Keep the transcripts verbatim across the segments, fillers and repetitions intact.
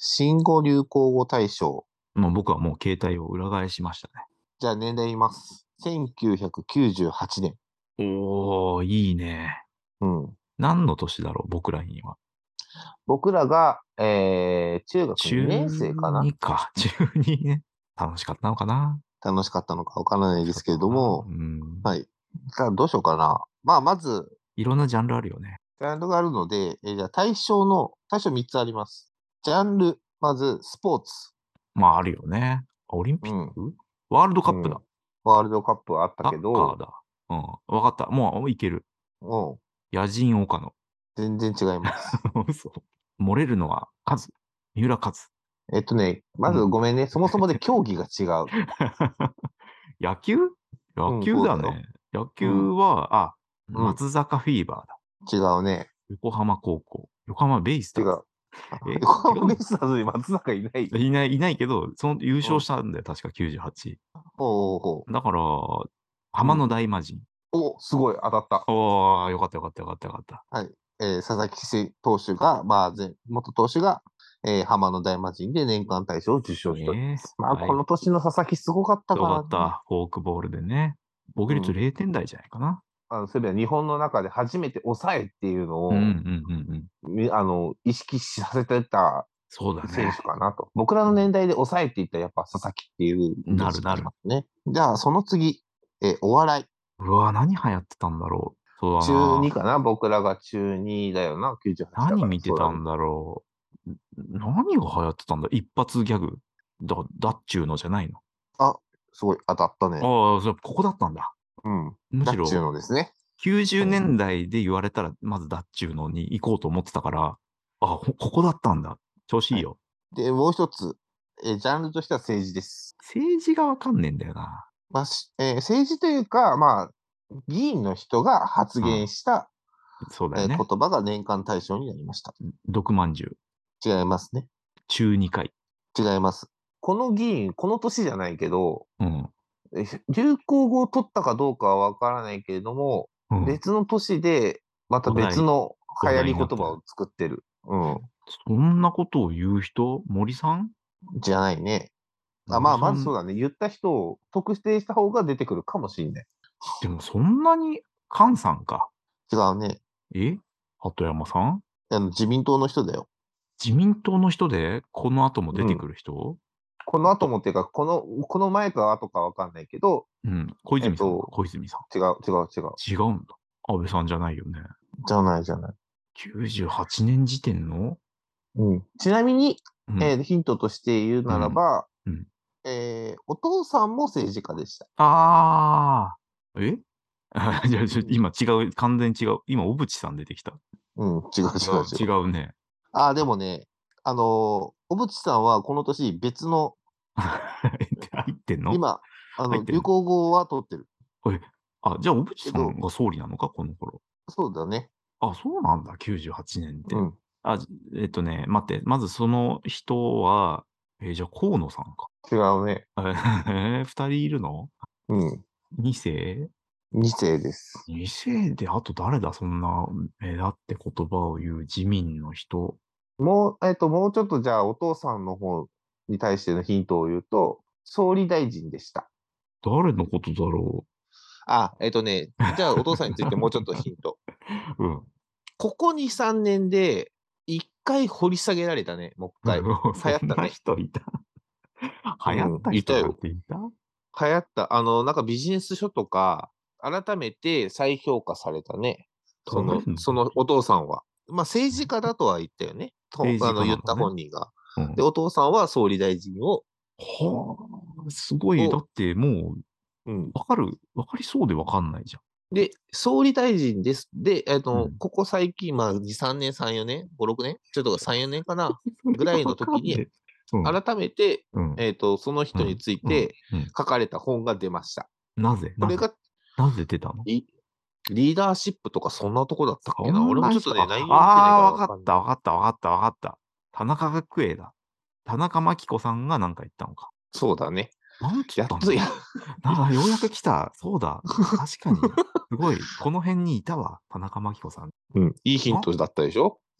新語・流行語大賞。 もう僕はもう携帯を裏返しましたね。 じゃあ年代言います。せんきゅうひゃくきゅうじゅうはちねん。 おー、いいね。 うん。 何の年だろう、僕らには。 僕らが、えー、中学に中ねん生かな。 にか。中にね。楽しかったのかな。 楽しかったのかわからないですけれども、 うん。 はい。じゃあどうしようかな。まあ、まず、 いろんなジャンルあるよね。 ジャンルがあるので、えーじゃあ対象の、対象みっつあります。ジャンル、まず、スポーツ。 まああるよね。オリンピッうん。 クワールドカップだ。 うん。ワールドカップはあったサッけど、 カーだ。うん。わかった。もういける。 も野人岡野。 う、全然違います。 嘘。漏れるのはカズ。三浦カズ。 えっとね、まずうんごめんね。そもそもで競技が違う。 野球野うん、 球そうだよ。 だね。野球うん、 は、あ、 うん、 松坂フィーバーだ。 違うね。 横浜高校。横浜ベイスターズ。 違う。 え横違うの浜ベイスターズに松坂いない。 いない、いないけど、その優うん。 勝したんだよ。確かきゅうじゅうはち。 ほうほだから、 う。うん。 浜の大魔神。 お、すごい、当たった。 おー、よかったよかったよかったよかった。 はい。えー佐々木投手が、まあ、前元投手が、えー浜の大魔神で年間大賞を受賞しておりまえす。まあ、 ー、はい。 この年の佐々木すごかったよからね。 かった。フォークボールでね。防御率うん。 れいてん台じゃないかな。 あの、そういえば日本の中で初めて抑えっていうのうんうんを、 うんうん。 みあの、意識させてたそうだ選手ね。 かなと。僕らの年代で抑えって言ったらやっぱ佐々木っていうイメージがありなるなる。 ますね。じゃあ、その次、え、お笑い。 うわ、何流行ってたんだろう。そうだ中にな。 かな僕らが中にだよな。きゅうじゅうはちだから。 何見てそうだね。 たんだろう。何が流行ってたんだ一発ギャグ。だ、だっちゅうのじゃないの。 あ、すごい、当たったね。 ああ、それここだったんだ。 うん。 むしろ、 だっちゅうのですね。 きゅうじゅうねんはい。 だいで言われたら、まずだっちゅうのに行こうと思ってたから、あ、ほここだったんだ。調子いはい。 いよ。 で、もう一つ、え、ジャンルとしては政治です。 政治がわかんねえんだよな。 まあ、しえー政治というか、まあ、議員の人が発うん。 言した、えーそうだよね。 言葉が年間大賞になりました。 毒まんじゅう。 違いますね。 中にかい。 違います。この議員、この年じゃないけど、 うん。 え流行語を取ったかどうかはわからないけれども、 うん。 別の年で、また話題、 別の流話題行りになってる。 言葉を作ってる。うん。 そんなことを言う人森さんじゃないね。あ、まあ、 森さん、 まずそうだね。言った人を特定した方が出てくるかもしれない。 でもそんなに、菅さんか。 違うね。 え鳩山さんあの、自民党の人だよ。 自民党の人で、この後も出てうん。 くる人この後と、 もっていうか、この、この前か後かわかんないけど、 うん、小泉さんか、 えっと、 小泉さ違う、違う、違う。 ん。違うんだ。安倍さんじゃないよね。 じゃないじゃない。 きゅうじゅうはちねん時点のうん。ちなみに、 うん、 えーヒントとして言ううん、 ならば、 うん。 えーお父さんも政治家でした。 あー。えじゃあ、ちょうん。 今違う、完全に違う。今、小渕さん出てきた。 うん、違う、違う、 違う、違違う。 うね。 ああ、でもね、あのー小渕さんはこの年別の、 入ってんの今、あの、流入ってんの行語は取ってる。 え、あ、じゃあ、小渕けど、 さんが総理なのかこの頃。 そうだね。 あ、そうなんだ、きゅうじゅうはちねんって。 うん。 あ、じえっとね、待って、まずその人は、えーじゃあ河野さんか。 違うね。 えー、ふたりいるのうん。 ?に 世に世です。 ?に 世で、あと誰だそんな、目立って言葉を言う自民の人。 もう、えっと、もうちょっとじゃあお父さんの方に対してのヒントを言うと、総理大臣でした。 誰のことだろあ、えっとね、じゃあお父さんについてもうちょっとヒント。 う。うん。 ここに、さんねんで一回掘り下げられたね、もう一回。流行そんなったね。 人いた流行っうん、 た人なんいたよ。 ていた流行った。あの、なんかビジネス書とか、改めて再評価されたね。その、 誰のそのお父さんは。まあ政治家だとは言ったよね。と政治あの、言った家なんだね。 本人が。で、 うん。 お父さんは総理大臣を、 はあ、すごい。だを、 ってもうん。 う、わかる、わかりそうでわかんないじで、総理大臣です。で、えっゃん。うと、 ん。 ここ最近、まあ、に、さんねん、さん、よねん、ご、ろくねんちょっとさん、よねんかなそれぐらいのがわか時に、 んねえ。うん。 改めて、 うん。 えっと、その人にうん。 ついうん。 てうん。 書かれた本が出ました。 なぜなぜそれが、 なぜ出たのリリーダーシップとかそんなとこだったっそけな俺もちょっとんな人、 ね、内あ、 容見てないああ、 からわかった、 わかんない。 わかった、わかった、わかった。田中角栄だ。田中真紀子さんがなんか言ったのか。 そうだね。 なんつっやっと、や、 たんだなんかようやく来た。そうだ。確かに。すごい。この辺にいたわ。田中真紀子さん。 うん、いいヒンあトだったでしょ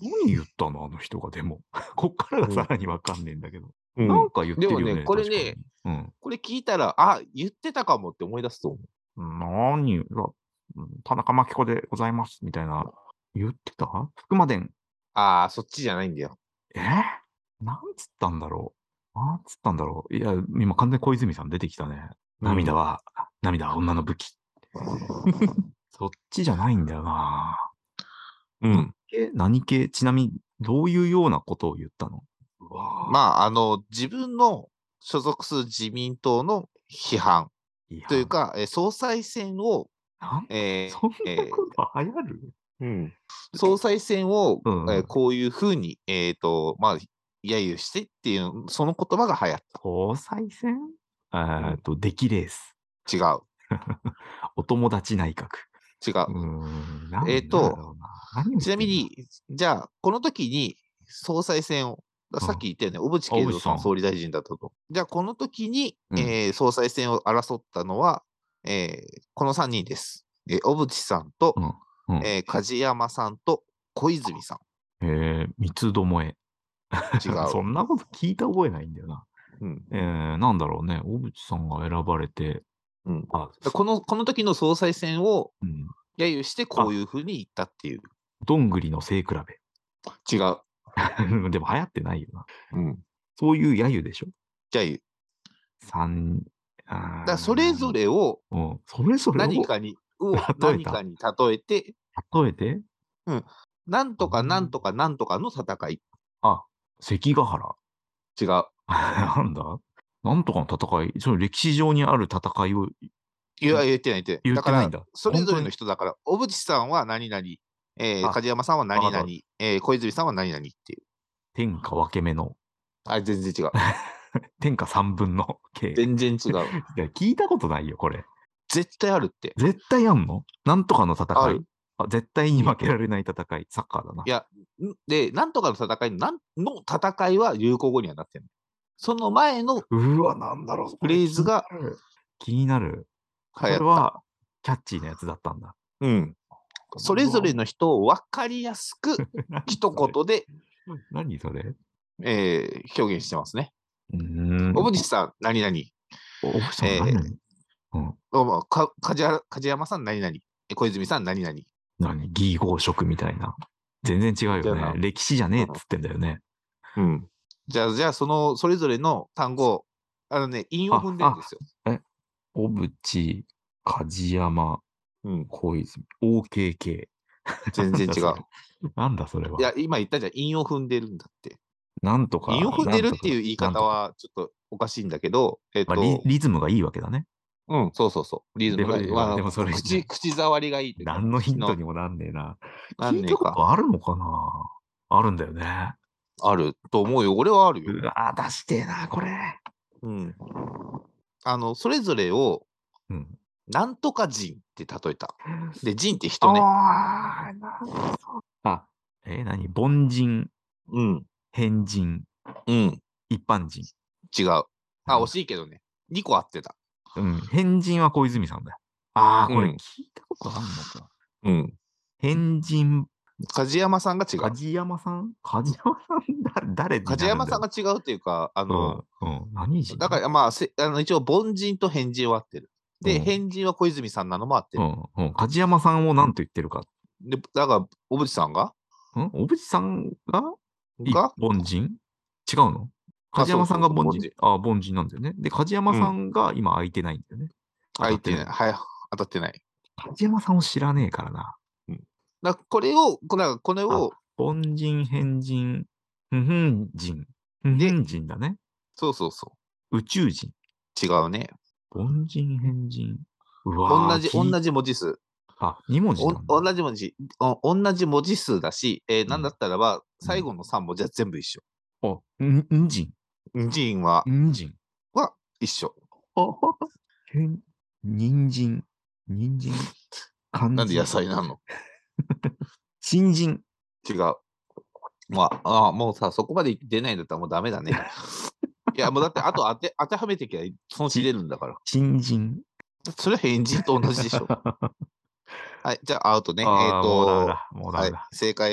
何言ったのあの人がでも。こっからがさらにわかんねえんだけど。 うんなんか言ってるよね、 でもね、これ確かね、 に。 これ聞いたら、あ、言ってたかもって思い出すと思う。 うん。何うわうん田中真紀子でございます、みたいな。言ってた福間伝。 ああ、そっちじゃないんだよ。 えなんつったんだろう。なんつったんだろう。いや、今完全に小泉さん出てきたね。 うん涙は、涙は女の武器。そっちじゃないんだよな。 うん。 え、何系ちなみに、どういうようなことを言ったのうわまあ、あの、自分の所属する自民党の批判いや、 というか、えー総裁選を、 なんえそんなーえこと流行るーうん、総裁選を、 うんうんえーこういうふうに、えっと、まあ、揶揄してっていう、その言葉が流行っ総裁選えっと、出来レース。 た。違う。 お友達内閣。 違う。 うーん、なんえっと、 なんだろうな。何をち言ってんだなみに、じゃあ、この時に総裁選を、 うんさっき言ったよね、小渕あ、 恵三小渕さん。 さん総理大臣だったと。じゃあ、この時に、 うんえー総裁選を争ったのは、えーこのさんにんです。えー小渕さんと、 うん。うん。 えー梶山さんと小泉さえー、三つどもえ。 ん。違う。 そんなこと聞いた覚えないんだよな。 うんえー、なんだろうね。小渕さんが選ばれて、 うん、 あ、 このこの時の総裁選をうん。 揶揄して、こういうふうに言ったっていう。 どんぐりの背比違う。 べ。でも流行ってないよな。 うん。 そういう揶揄でしょじゃあ言う。 三、 だかあらそれぞれをーうん。それぞれを何かに、を例えた何かに例えて、 例えてうん。なんとかなんとかなんとかの戦い。 あ、関ヶ原。 違う。 なんだなんとかの戦いその歴史上にある戦いをいや、言ってない、言ってない。だから、 言ってないんだ。 それぞれの本当に人だから、小渕さんは何々、えー、 あ、 梶山さんは何々 わかっ、 えー、小泉さんは何々っていう。 天下分け目の、 あ、全然違う。 天下三分の計。 全然違う。 いや、聞いたことないよ、これ。 絶対あるって。 絶対あんのなんとかの戦いある。 あ、絶対に負けられない戦い。サッカーだな。 いや、んで、なんとかの戦いの、なんの戦いは流行語にはなってるの。その前のうわ、なんだろう、 フレーズが気になる。 流行った。 それは、キャッチーなやつだったんだ。 うん。それぞれの人を分かりやすく、一言で、 何それえー表現してますね。 うーん。 小渕さん、何々。 お、おさん、 えー何々うん。 どうもか梶原梶山さん、何々。え小泉さん、何々。 何義合色みたいな。全然違うよじゃあなね。歴史じゃねえっつってんだよね。 うん。じゃあ、じゃあ、その、それぞれの単語、あのね、韻を踏んでるんですよ。 え、小渕、梶山、 うん。 小泉、オーケーケー。 全然違う。 なんだそれは。 いや、今言ったじゃん、韻を踏んでるんだって。 なんとか。 韻を踏んでるっていうなんとか言い方なんとかは、ちょっとおかしいんだけど、えっまあリ、 と、 リズムがいいわけだね。 うん、そうそうそう。リズムが、 でもまあでもそれ口、口触りがいいというか、 何のヒント口にもなんねえな。 なんねえか。 聞いたことあるのかなあるんだよね。 あると思うよ。俺はあるよ。 うわ出してえな、これ。 うん。あの、それぞれを、 うん。 なんとか人って例えた。で、人って人ね。 ああ、なるほど。あ、えー、何凡人、 うん。 変人、 うん。 一般人。 違う。あ、 なんだ惜しいけどね。にこ合ってた。 うん。変人は小泉さんだよ。ああ、これうん聞いたことあるのか。 うん。 変人、 梶山さんが違う。 梶山さん梶山さんだ、誰になるんだよ梶山さんが違うっていうか、あの、 うん、うん。何人だからまあ、せあの一応、凡人と変人は合ってる。で、 うん変人は小泉さんなのも合ってる。 うん、うん。梶山さんを何と言ってるか。 で、だから、小渕さんがん小渕さんが一が凡人違うの梶山さんが凡人あ凡人なんだよね。で、梶山さんが今空いてないんだよね。当た相手ね。 ってない。 はい、当たってない。 梶山さんを知らねえからな。 だからこれを、これこれを、 凡人、変人、ふふん人。ふふん人だね。 そうそうそ宇宙人。 う。違うね。 凡人、変人。うわ同じ、 ー聞い同じ文字数。 あ、に文字おなんだ。 同じ文字、お同じ文字数だし、えー、なんだったらば、 うん最後のさん文字は全部一緒。 あ、ん、ん人。 人は、 ん人。 は一緒。 あへん、人参。人参。漢字。 なんで野菜なの新人。 違う。まあ、あもうさ、そこまで出ないんだったらもうダメだね。いや、もうだって、あと当て当てはめてきゃ、そのうち出るんだから。 新人。 それは変人と同じでしょ。はい、じゃあアウトね。えっ、 ああ、もうダメと、 だ。もうダはいメだ。、 正解は、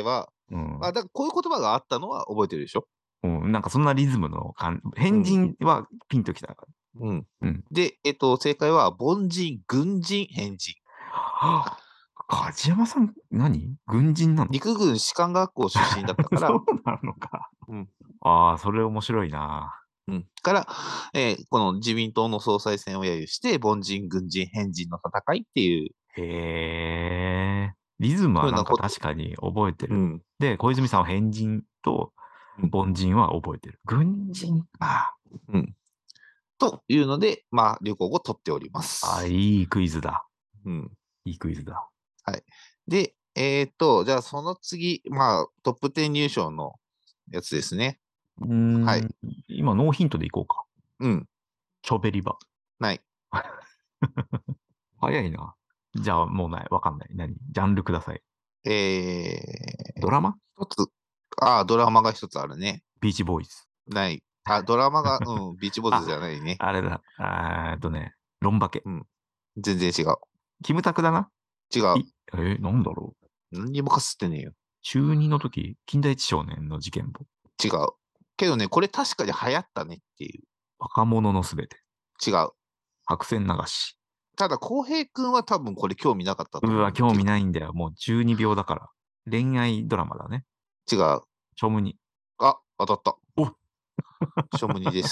うん。 あ、だからこういう言葉があったのは覚えてるでしょ？ うん、なんかそんなリズムの感変人はピンときたから。 うん。 うん。 で、えっと、正解は凡人、軍人、変人。 梶山さん、何軍人なの？ 陸軍士官学校出身だったかそら、 うなのか。 うん。 ああ、それ面白いな。 うん。から、えーこの自民党の総裁選を揶揄して、凡人、軍人、変人の戦いっていうへえ。リズムはなんかふうなこと。 確かに覚えてる。 うん。 で、小泉さんは変人とうん凡人は覚えてる。軍人か。 うん。というので、まあ、流行語を取っておりまあ、 す。 いいクイズだ。 うん。 いいクイズだ。 はい。で、えっと、じゃあその次、まあ、トップじゅう入賞のやつですね。 うーん、 はい。 今ノーヒントでいこうか。 うん。 チョベリバ。 ない。 早いな。じゃあもうない。わかんない。何ジャンルください。 えー、 ドラマ？ 一つ。ああ、ドラマが一つあるね。 ビーチボーイズ。 ない。あ、ドラマが、うん、ビーチボーイズじあ、 ゃないね。 あれだ。えーっとね、ロンバケ。 うん。全然違う。 キムタクだな。 違う。 い、えーなんだろう。 何にもかすってねえよ。 中にの時、近代一少年の事件簿。 違う。けどね、これ確かに流行ったねっていう。 若者のすべて。 違う。 白線流し。 ただ、浩平くんは多分これ興味なかったと思うわ、興味うんだけど。 ないんだよ。もうじゅうにびょうだから。恋愛ドラマだね。 違う。 ショムニ。 あ、当たった。 おショムニです。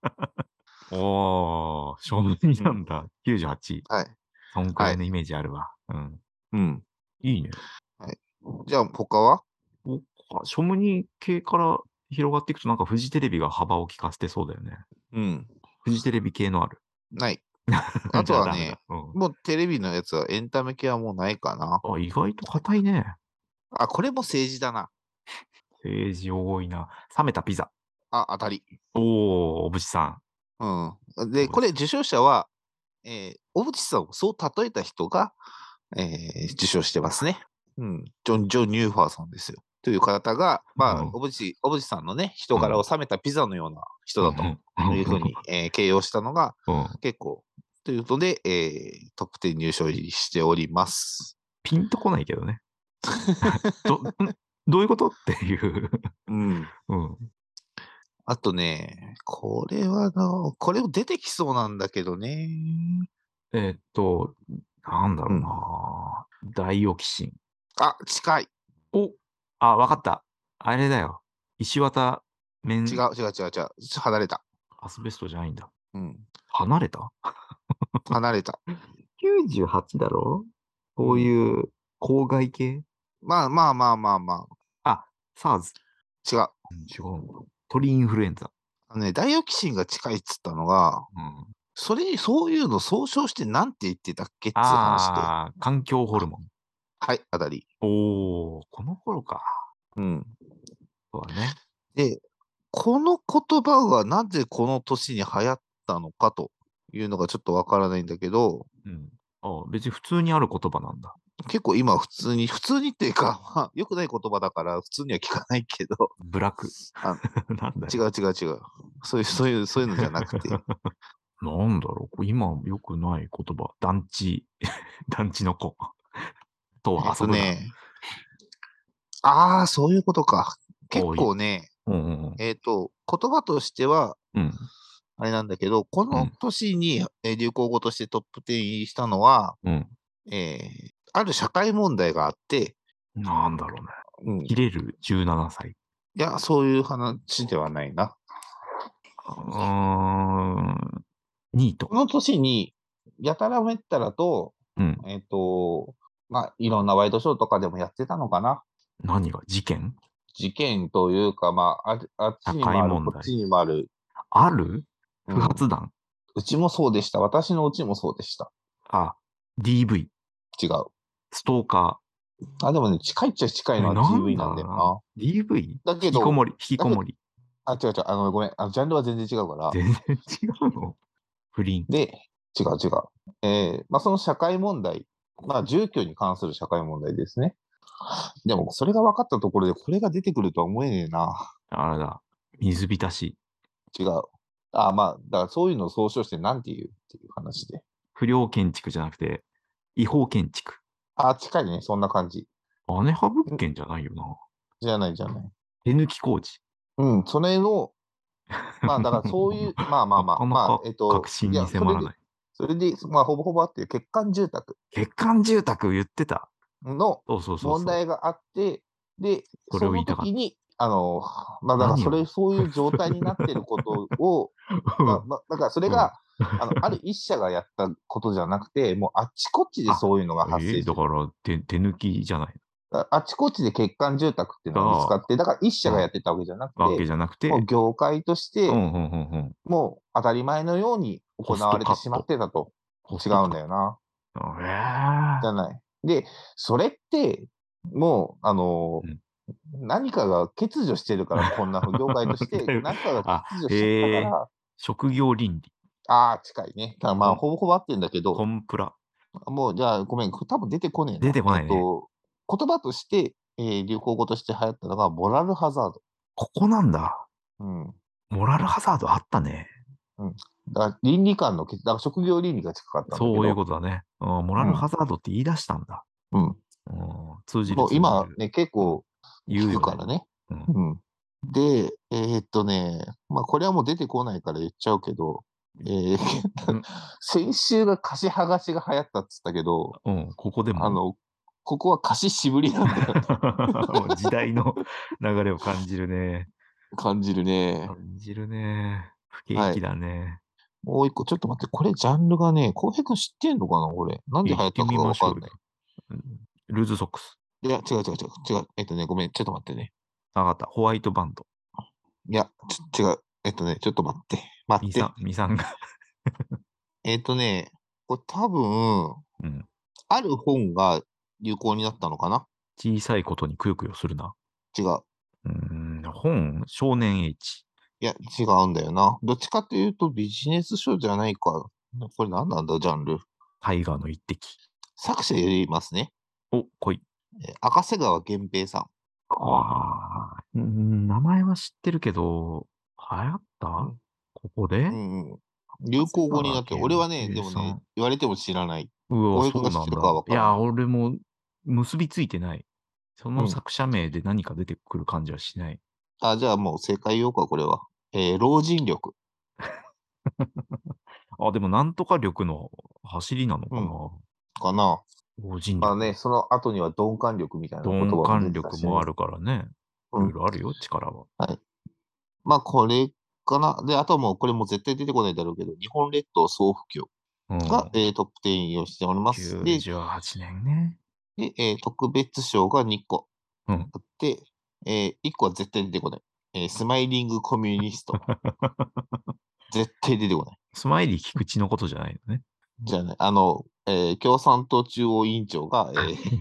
おー、ショムニうん。 なんだ。きゅうじゅうはち。 はい。 そんくはい。 らいのイメージあるわ。うん。 うん。 いいね。 はい。じゃあ、他は？ おあショムニ系から広がっていくとなんかフジテレビが幅を利かせてそうだよね。 うん。 フジテレビ系のある。 ない。あとじゃあダメだ。 はね、 うん。 もうテレビのやつはエンタメ系はもうないかな。 あ、意外と硬いね。 あ、これも政治だな。 政治多いな。冷めたピザ。 あ、当たり。 おー、おぶしさうん。 ん。 で、 おぶしさん。 これ受賞者は、えー、小渕さんをそう例えた人が、えー受賞してますね。うん。ジョン・ジョン・ニューファーさんですよ。という方が、まあ、 うん。 小渕、小渕さんのね、人うん。 柄を冷めたピザのような人だとうん。 いうふうに、えー形容したのがうん。 結構、ということで、えートップじゅう入賞入りしております。 ピンとこないけどね。ど、んどういうことっていう。 うん。 うん。 あとね、これはな、これも出てきそうなんだけどね。 えーっと、なんだろううん。 な。ダイオキシン。 あ、近い。 おあ、わかった。あれだよ。石渡面、 違う、違う、違う、違う。ちょっと離れた。 アスベストじゃないんだ。 うん。 離れた？ 離れた。 きゅうじゅうはち だろ？こううん。 いう公害系。 まあまあまあまあまあ、SARS。 あ、違う。 うん違うんだ。鳥インフルエンザ。 あのね、ダイオキシンが近いっつったのが、 うん。 それにそういうの総称してなんて言ってたっけっつう話で。 あー、環境ホルモン。 はい、当たり。 おー、この頃か。 うん。 そうだね。 で、この言葉がなぜこの年に流行ったのかというのがちょっとわからないんだけど、 うん。あ、別に普通にある言葉なんだ。 結構今普通に、普通にっていうか、まあ、良くない言葉だから普通には聞かないけど、 ブラック。 あ、 なんだよ。 違う違う違う。そういう、そういう、そういうのじゃなくて、 なんだろう。今良くない言葉。団地。団地の子。とえっと遊ぶな。 ね、ああ、そういうことか。結おい。 構ね、 うんうんえっと、言葉としては、 うん。うん。 あれなんだけど、このうん年にえー流行語としてトップじゅう入りしたのは、 うんえーある社会問題があって、 なんだろうね。 うん。い切れるじゅうななさい。 や、そういう話ではないな。 うーん。ニート。 この年に、やたらめったらと、 うん。 えっと、まあ、いろんなワイドショーとかでもやってたのかな。 何が事件？ 事件というか、まあ、ああっち社会にもある、こっち問題。 にもある。 ある不うん。 発弾。 うちもそうでした。私のうちもそうでした。 あ、ディーブイ。 違う。 ストーカあ、でもね、近いっちゃ近いー。え、 のはなんだジーブイ なんだよろうな。 な。 ディーブイ？ 引だけど、 きこもり。引きだけど、 こもり。 あ、違う違う、あの、ごめん、あの、ジャンルは全然違うから。 全然違うの？不倫。 で、違う違う。えー、まあ、その社会問題、まあ、住居に関する社会問題ですね。でも、それが分かったところで、これが出てくるとは思えねえな。 あれだ。水浸し。 違う。あ、まあ、だからそういうのを総称してなんて言うっていう話で。 不良建築じゃなくて、違法建築。 あ、近いね、そんな感じ。 姉派物件じゃないよな。 じゃないじゃない。 手抜き工事。 うん、それの、まあだからそういう、まあまあまあ、まあ、 なかなかえっと、いや、 確信にそれで、 迫らない。 それで、まあほぼほぼあって、欠陥住宅欠陥住宅言ってた。 のそうそうそうそう。 問題があって、で、 それそのを言いたかった。 時に、あの、まあだから何をそれ、そういう状態になってることを、まあ、まあ、だからそれうん。うん。 が、あの、ある一社がやったことじゃなくて、もうあっちこっちであ、 そういうのがえ発生してる。 ーだから手、手抜きじゃない。 ああっちこっちで欠陥住宅っていうのが見つが、 かって、だから一社がやうん。 ってたわけじゃなくて、 わけじゃなくて、 もう業界としうん、うて、 ん、うん、うん。 もう当たり前のように行コストわれてしまっカット。 てたと。違うんコストカッだよな。 ト。えじゃない。で、それって、もう、あの、 えー。うん。 何かが欠如してるから、こんな不業界として、 だいぶ何かが欠あ、 如しちゃったかへえ、 ら、 職業倫理。 ああ、近いね。ただまあ、 コン、 ほぼほぼ合ってんだけコど、 ンプラ。 もう、じゃあ、ごめん、これ多分出てこねえ出な。えってこないね。 と、言葉として、えー流行語として流行ったのが、モラルハザード。 ここなんだ。 うん。 モラルハザードあったね。 うん。だから倫理観の欠、だから職業倫理が近かったんだけそういうど、 ことだね。うん、モラルハうん。 ザードって言い出したんだ。 うん。 うん、通じるもう通じる。 今ね、結うん、 構聞言うよね。 くからね。 うん。 うん。で、えーっとね、まあ、これはもう出てこないから言っちゃうけど、えーうん、 先週が貸し剥がしが流行ったっつったけど、 うん、ここでもあの、ここは貸ししぶりなんだよね。 もう時代の流れを感じるね。 感じるね。 感じるね。不景気はい。 だね。 もう一個、ちょっと待って、これジャンルがね、浩平君知ってんのかなこれ。なんでえ、行ってみ流行ったかがましょうよ。 わかんない。 うん、ルーズソックス。 いや、違う違う違う、違う。えっとね、ごめん、ちょっと待ってね。 あがった。ホワイトバンド。 いや、ちょ違う。えっとね、ちょっと待って。待って。 ミサ、ミさんがえっとね、これ多分、 うん。 ある本が流行になったのかな。 小さいことにくよくよするな。 違う。 うーん、本、少年 H。 いや、違うんだよな。どっちかというとビジネス書じゃないか。これ何なんだ、ジャンル。 タイガーの一滴。 作者言いますね。 お、来い。 えー赤瀬川源平さああ、うーん、名前は知ってるけど、流行ったん。うん。 ここでうんうん。流長谷行語になって、俺川源はね、でもね、 平さん。 言われても知らない。 うわ、 浩平君が知ってるそうなんだ。 かはわからない。 いや、俺も結びついてない。そうん。 の作者名で何か出てくる感じはしない。 あ、じゃあもう正解言おうか、これは。えー老人力。 あ、でもなんとか力の走りなのかな。 うん。かな。 老人力。 まあね、その後には鈍感力みたいな言鈍葉も出感てたしね。 力もあるからね。いろいうん。 ろあるよ、力は。 はい。まあ、これかな。で、あとはもう、これも絶対出てこないだろうけど、日本列島総不況うが、 ん。 えートップじゅうをしております。で、 きゅうじゅうはちねんね。 でえー特別賞がにこうん。 あって、えーいっこは絶対出てこない。えースマイリングコミュニスト。絶対出てこない。 スマイリー菊池のことじゃないのね。 じゃあね、あの、えー共産党中央委員長が、えー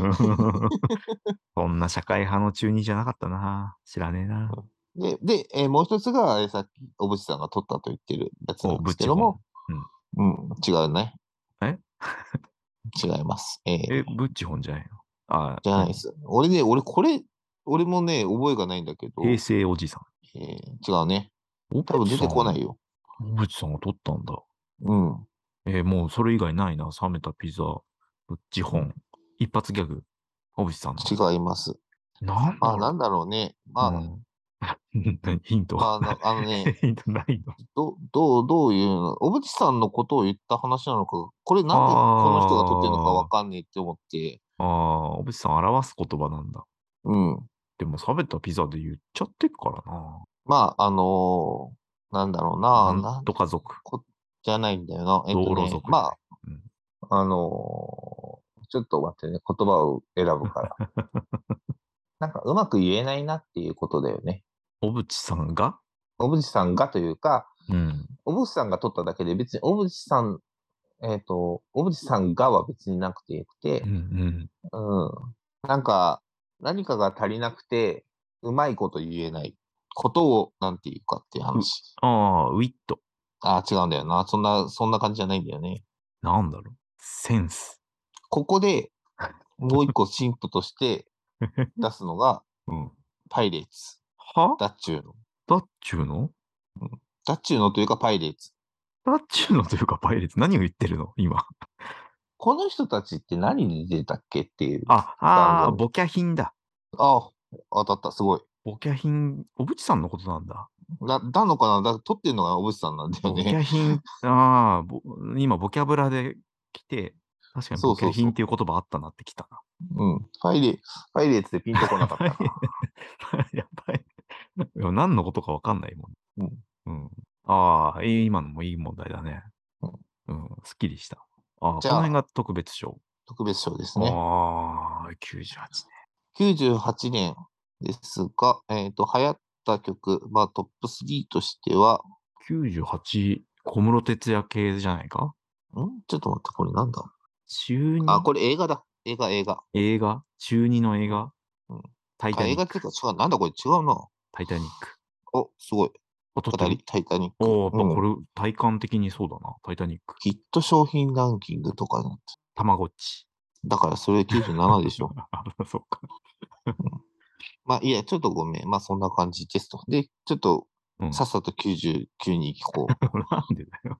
そんな社会派の中二じゃなかったな。知らねえな。 で、で、えーもう一つが、えーさっき、小渕さんが取ったと言ってるやつなお、 んでブッチホン。 すけども、 うん。 うん、違うね。 え違います。ええ、 ーブッチホンじゃないの？あ、何じゃないです。俺ね、俺これ、俺もね、覚えがないんだけ平ど、 成おじさん。 えー違うね。 小多分出て渕さん、 こないよ。 小渕さんが撮ったんだ。 うん。 えーもうそれ以外ないな。冷めたピザ、ブッチホン。一発ギャグ。小渕さんの。 違います。まあ、 なんだろなんだろうね。 う。うまあ、 ん。ヒント。 まあ、あの、あのね、 ヒントないの。 ど、どう、どういうの、小渕さんのことを言った話なのか、これなんでこの人が撮ってるのかわあかんねえって思って、 あ、ああ、小渕さん表す言葉なんだ。 うん。 でも冷めたピザで言っちゃってっからな。 まあ、あのーなんだろうな、 なんなんとか族。 こ、じゃないんだよな。えっ道とね、 路族じゃない。 まうん。 あ、あのーちょっと待ってね、言葉を選ぶから。なんかうまく言えないなっていうことだよね。 小渕さんが小渕さんがというか、 うん。 小渕さんが取っただけで別に小渕さん、えっと、小渕さんがは別になくてよくて、 うんうん。 うん。なんか、何かが足りなくて、うまいこと言えないことを、なんていうかっていうう、 話。 ああ、ウィット。 ああ、違うんだよな。そんな、そんな感じじゃないんだよね。 なんだろう。センス。 ここでもう一個ヒントとして出すのが、 うん。 パイレーツ。 はだっちゅうの。 だっちゅうのうん。だっちゅうのというかパイレーツ。 だっちゅうのというかパイレーツ。何を言ってるの今。 この人たちって何に出てたっけっていうあ、ああ、 番組。 ボキャヒンだ。 ああ、当たった、すごい。 ボキャヒン、小渕さんのことなんだ。 な、なのかなだ、撮ってるのが小渕さんなんだよボキね。 ャヒン、ああ、ぼ今、ボキャブラで来て、確かにボキャそうそうそヒンっていう言葉あったなってきたな。 う。うん。パイレ、パイレーツでピンとこなかったな。 やばい。いや何のことかわかんないもん。 うん。 うん。ああ、いい今のもいい問題だね。 うんうん、すっきりした。ああ、 じゃあ、 この辺が特別賞。 特別賞ですね。 ああ、きゅうじゅうはちねきゅうじゅうはちねんですが、えっと、流行った曲、まあトップスリーとしては、 ん。きゅうじゅうはち、小室哲哉系じゃないか。 んちょっと待って、これなんだ中あ、 にこれ映画だ。映画、映画。 映画中二の映うん。 画うん。 タイあ、 タニック。 映画っていうか、違う。なんだこれ違うな。 タイタニック。 お、すごい。 あ、撮ってる当たり、タイタニック。 おお、やっうん。 ぱこれ、体感的にそうだな。タイタニック。 ヒット商品ランキングとかになって。 たまごっち。 だからそれきゅうじゅうななでしょ。 あ、そうか。 うん。まあ、いいや、ちょっとごめん。まあ、そんな感じですと。で、ちょっと、 うん。 さっさときゅうじゅうきゅうに行こう。 なんでだよ。